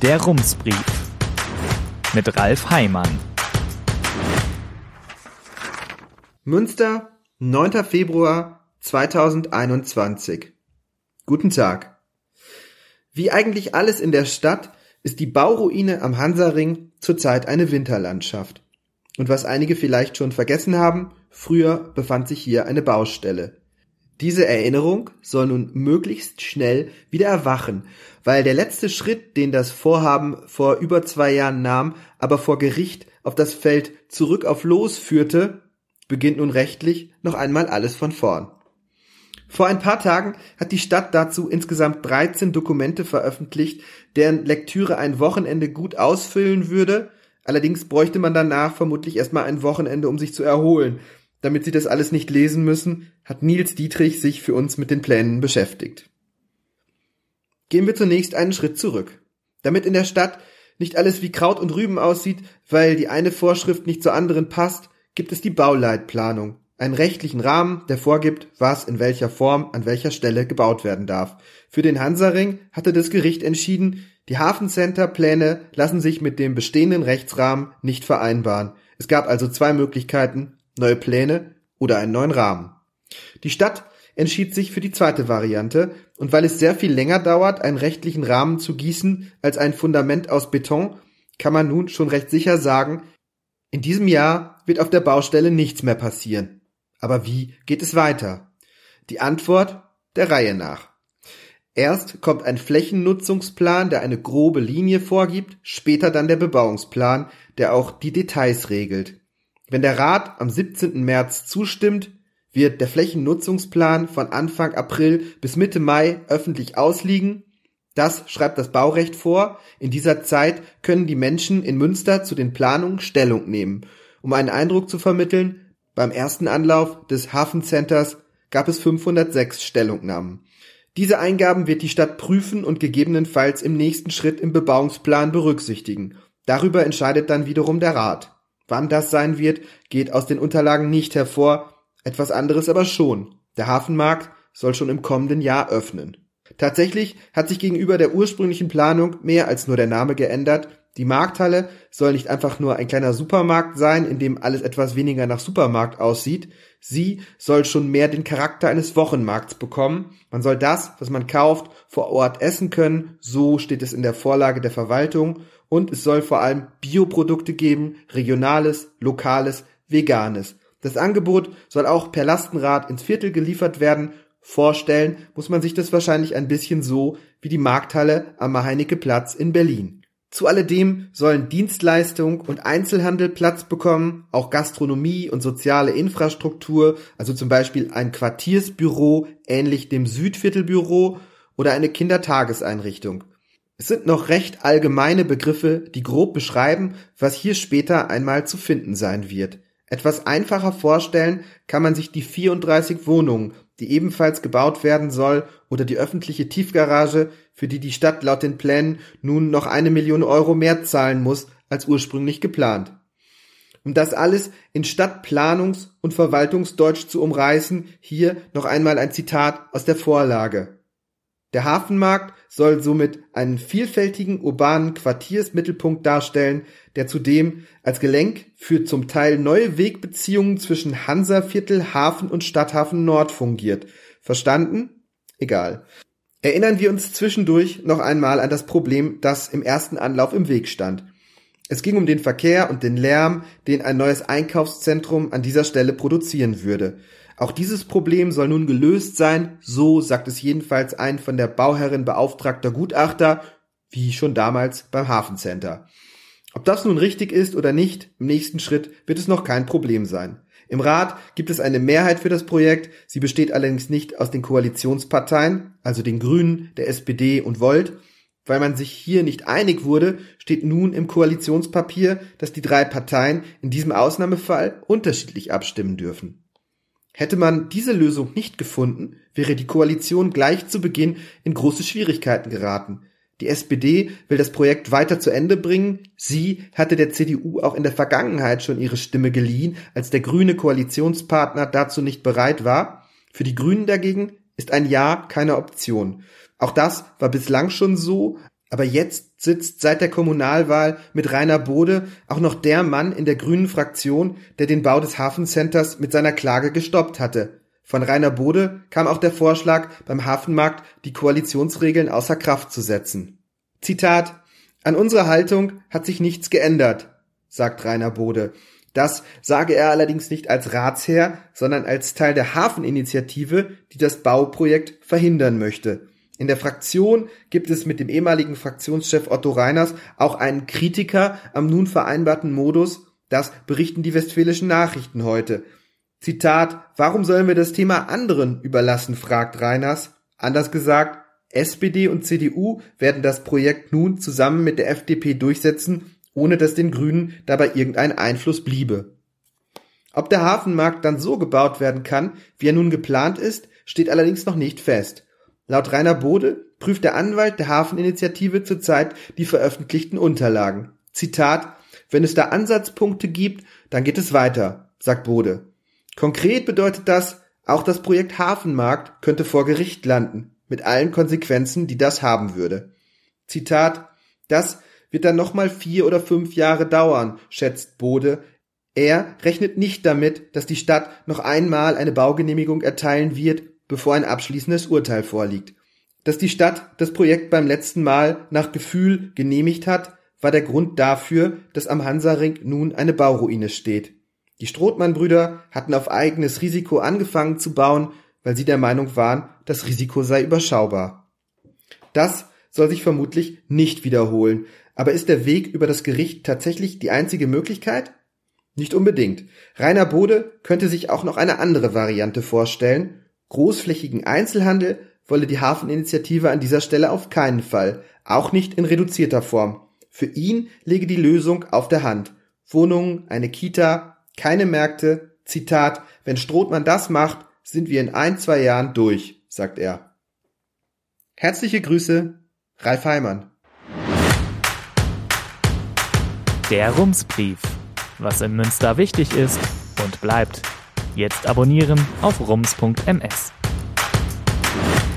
Der Rumsbrief mit Ralf Heimann. Münster, 9. Februar 2021. Guten Tag. Wie eigentlich alles in der Stadt ist die Bauruine am Hansaring zurzeit eine Winterlandschaft. Und was einige vielleicht schon vergessen haben, früher befand sich hier eine Baustelle. Diese Erinnerung soll nun möglichst schnell wieder erwachen, weil der letzte Schritt, den das Vorhaben vor über 2 Jahren nahm, aber vor Gericht auf das Feld zurück auf Los führte, beginnt nun rechtlich noch einmal alles von vorn. Vor ein paar Tagen hat die Stadt dazu insgesamt 13 Dokumente veröffentlicht, deren Lektüre ein Wochenende gut ausfüllen würde. Allerdings bräuchte man danach vermutlich erstmal ein Wochenende, um sich zu erholen. Damit Sie das alles nicht lesen müssen, hat Nils Dietrich sich für uns mit den Plänen beschäftigt. Gehen wir zunächst einen Schritt zurück. Damit in der Stadt nicht alles wie Kraut und Rüben aussieht, weil die eine Vorschrift nicht zur anderen passt, gibt es die Bauleitplanung, einen rechtlichen Rahmen, der vorgibt, was in welcher Form an welcher Stelle gebaut werden darf. Für den Hansaring hatte das Gericht entschieden, die Hafencenter-Pläne lassen sich mit dem bestehenden Rechtsrahmen nicht vereinbaren. Es gab also 2 Möglichkeiten: neue Pläne oder einen neuen Rahmen. Die Stadt entschied sich für die zweite Variante, und weil es sehr viel länger dauert, einen rechtlichen Rahmen zu gießen als ein Fundament aus Beton, kann man nun schon recht sicher sagen, in diesem Jahr wird auf der Baustelle nichts mehr passieren. Aber wie geht es weiter? Die Antwort der Reihe nach. Erst kommt ein Flächennutzungsplan, der eine grobe Linie vorgibt, später dann der Bebauungsplan, der auch die Details regelt. Wenn der Rat am 17. März zustimmt, wird der Flächennutzungsplan von Anfang April bis Mitte Mai öffentlich ausliegen. Das schreibt das Baurecht vor. In dieser Zeit können die Menschen in Münster zu den Planungen Stellung nehmen. Um einen Eindruck zu vermitteln, beim ersten Anlauf des Hafencenters gab es 506 Stellungnahmen. Diese Eingaben wird die Stadt prüfen und gegebenenfalls im nächsten Schritt im Bebauungsplan berücksichtigen. Darüber entscheidet dann wiederum der Rat. Wann das sein wird, geht aus den Unterlagen nicht hervor, etwas anderes aber schon. Der Hafenmarkt soll schon im kommenden Jahr öffnen. Tatsächlich hat sich gegenüber der ursprünglichen Planung mehr als nur der Name geändert. Die Markthalle soll nicht einfach nur ein kleiner Supermarkt sein, in dem alles etwas weniger nach Supermarkt aussieht. Sie soll schon mehr den Charakter eines Wochenmarkts bekommen. Man soll das, was man kauft, vor Ort essen können. So steht es in der Vorlage der Verwaltung. Und es soll vor allem Bioprodukte geben, regionales, lokales, veganes. Das Angebot soll auch per Lastenrad ins Viertel geliefert werden. Vorstellen muss man sich das wahrscheinlich ein bisschen so wie die Markthalle am Maheinecke-Platz in Berlin. Zu alledem sollen Dienstleistung und Einzelhandel Platz bekommen, auch Gastronomie und soziale Infrastruktur, also zum Beispiel ein Quartiersbüro ähnlich dem Südviertelbüro oder eine Kindertageseinrichtung. Es sind noch recht allgemeine Begriffe, die grob beschreiben, was hier später einmal zu finden sein wird. Etwas einfacher vorstellen kann man sich die 34 Wohnungen, die ebenfalls gebaut werden soll, oder die öffentliche Tiefgarage, für die die Stadt laut den Plänen nun noch 1 Million Euro mehr zahlen muss, als ursprünglich geplant. Um das alles in Stadtplanungs- und Verwaltungsdeutsch zu umreißen, hier noch einmal ein Zitat aus der Vorlage. Der Hafenmarkt soll somit einen vielfältigen urbanen Quartiersmittelpunkt darstellen, der zudem als Gelenk für zum Teil neue Wegbeziehungen zwischen Hansaviertel, Hafen und Stadthafen Nord fungiert. Verstanden? Egal. Erinnern wir uns zwischendurch noch einmal an das Problem, das im ersten Anlauf im Weg stand. Es ging um den Verkehr und den Lärm, den ein neues Einkaufszentrum an dieser Stelle produzieren würde. Auch dieses Problem soll nun gelöst sein, so sagt es jedenfalls ein von der Bauherrin beauftragter Gutachter, wie schon damals beim Hafencenter. Ob das nun richtig ist oder nicht, im nächsten Schritt wird es noch kein Problem sein. Im Rat gibt es eine Mehrheit für das Projekt, sie besteht allerdings nicht aus den Koalitionsparteien, also den Grünen, der SPD und Volt. Weil man sich hier nicht einig wurde, steht nun im Koalitionspapier, dass die 3 Parteien in diesem Ausnahmefall unterschiedlich abstimmen dürfen. Hätte man diese Lösung nicht gefunden, wäre die Koalition gleich zu Beginn in große Schwierigkeiten geraten. Die SPD will das Projekt weiter zu Ende bringen. Sie hatte der CDU auch in der Vergangenheit schon ihre Stimme geliehen, als der grüne Koalitionspartner dazu nicht bereit war. Für die Grünen dagegen ist ein Ja keine Option. Auch das war bislang schon so, Aber jetzt sitzt seit der Kommunalwahl mit Rainer Bode auch noch der Mann in der grünen Fraktion, der den Bau des Hafencenters mit seiner Klage gestoppt hatte. Von Rainer Bode kam auch der Vorschlag, beim Hafenmarkt die Koalitionsregeln außer Kraft zu setzen. Zitat: An unserer Haltung hat sich nichts geändert, sagt Rainer Bode. Das sage er allerdings nicht als Ratsherr, sondern als Teil der Hafeninitiative, die das Bauprojekt verhindern möchte. In der Fraktion gibt es mit dem ehemaligen Fraktionschef Otto Reiners auch einen Kritiker am nun vereinbarten Modus. Das berichten die Westfälischen Nachrichten heute. Zitat: Warum sollen wir das Thema anderen überlassen, fragt Reiners. Anders gesagt, SPD und CDU werden das Projekt nun zusammen mit der FDP durchsetzen, ohne dass den Grünen dabei irgendein Einfluss bliebe. Ob der Hafenmarkt dann so gebaut werden kann, wie er nun geplant ist, steht allerdings noch nicht fest. Laut Rainer Bode prüft der Anwalt der Hafeninitiative zurzeit die veröffentlichten Unterlagen. Zitat: Wenn es da Ansatzpunkte gibt, dann geht es weiter, sagt Bode. Konkret bedeutet das, auch das Projekt Hafenmarkt könnte vor Gericht landen, mit allen Konsequenzen, die das haben würde. Zitat: Das wird dann nochmal 4 oder 5 Jahre dauern, schätzt Bode. Er rechnet nicht damit, dass die Stadt noch einmal eine Baugenehmigung erteilen wird, bevor ein abschließendes Urteil vorliegt. Dass die Stadt das Projekt beim letzten Mal nach Gefühl genehmigt hat, war der Grund dafür, dass am Hansaring nun eine Bauruine steht. Die Strothmann-Brüder hatten auf eigenes Risiko angefangen zu bauen, weil sie der Meinung waren, das Risiko sei überschaubar. Das soll sich vermutlich nicht wiederholen. Aber ist der Weg über das Gericht tatsächlich die einzige Möglichkeit? Nicht unbedingt. Rainer Bode könnte sich auch noch eine andere Variante vorstellen. Großflächigen Einzelhandel wolle die Hafeninitiative an dieser Stelle auf keinen Fall, auch nicht in reduzierter Form. Für ihn läge die Lösung auf der Hand. Wohnungen, eine Kita, keine Märkte. Zitat: Wenn Strothmann das macht, sind wir in 1-2 Jahren durch, sagt er. Herzliche Grüße, Ralf Heimann. Der Rumsbrief. Was in Münster wichtig ist und bleibt. Jetzt abonnieren auf rums.ms.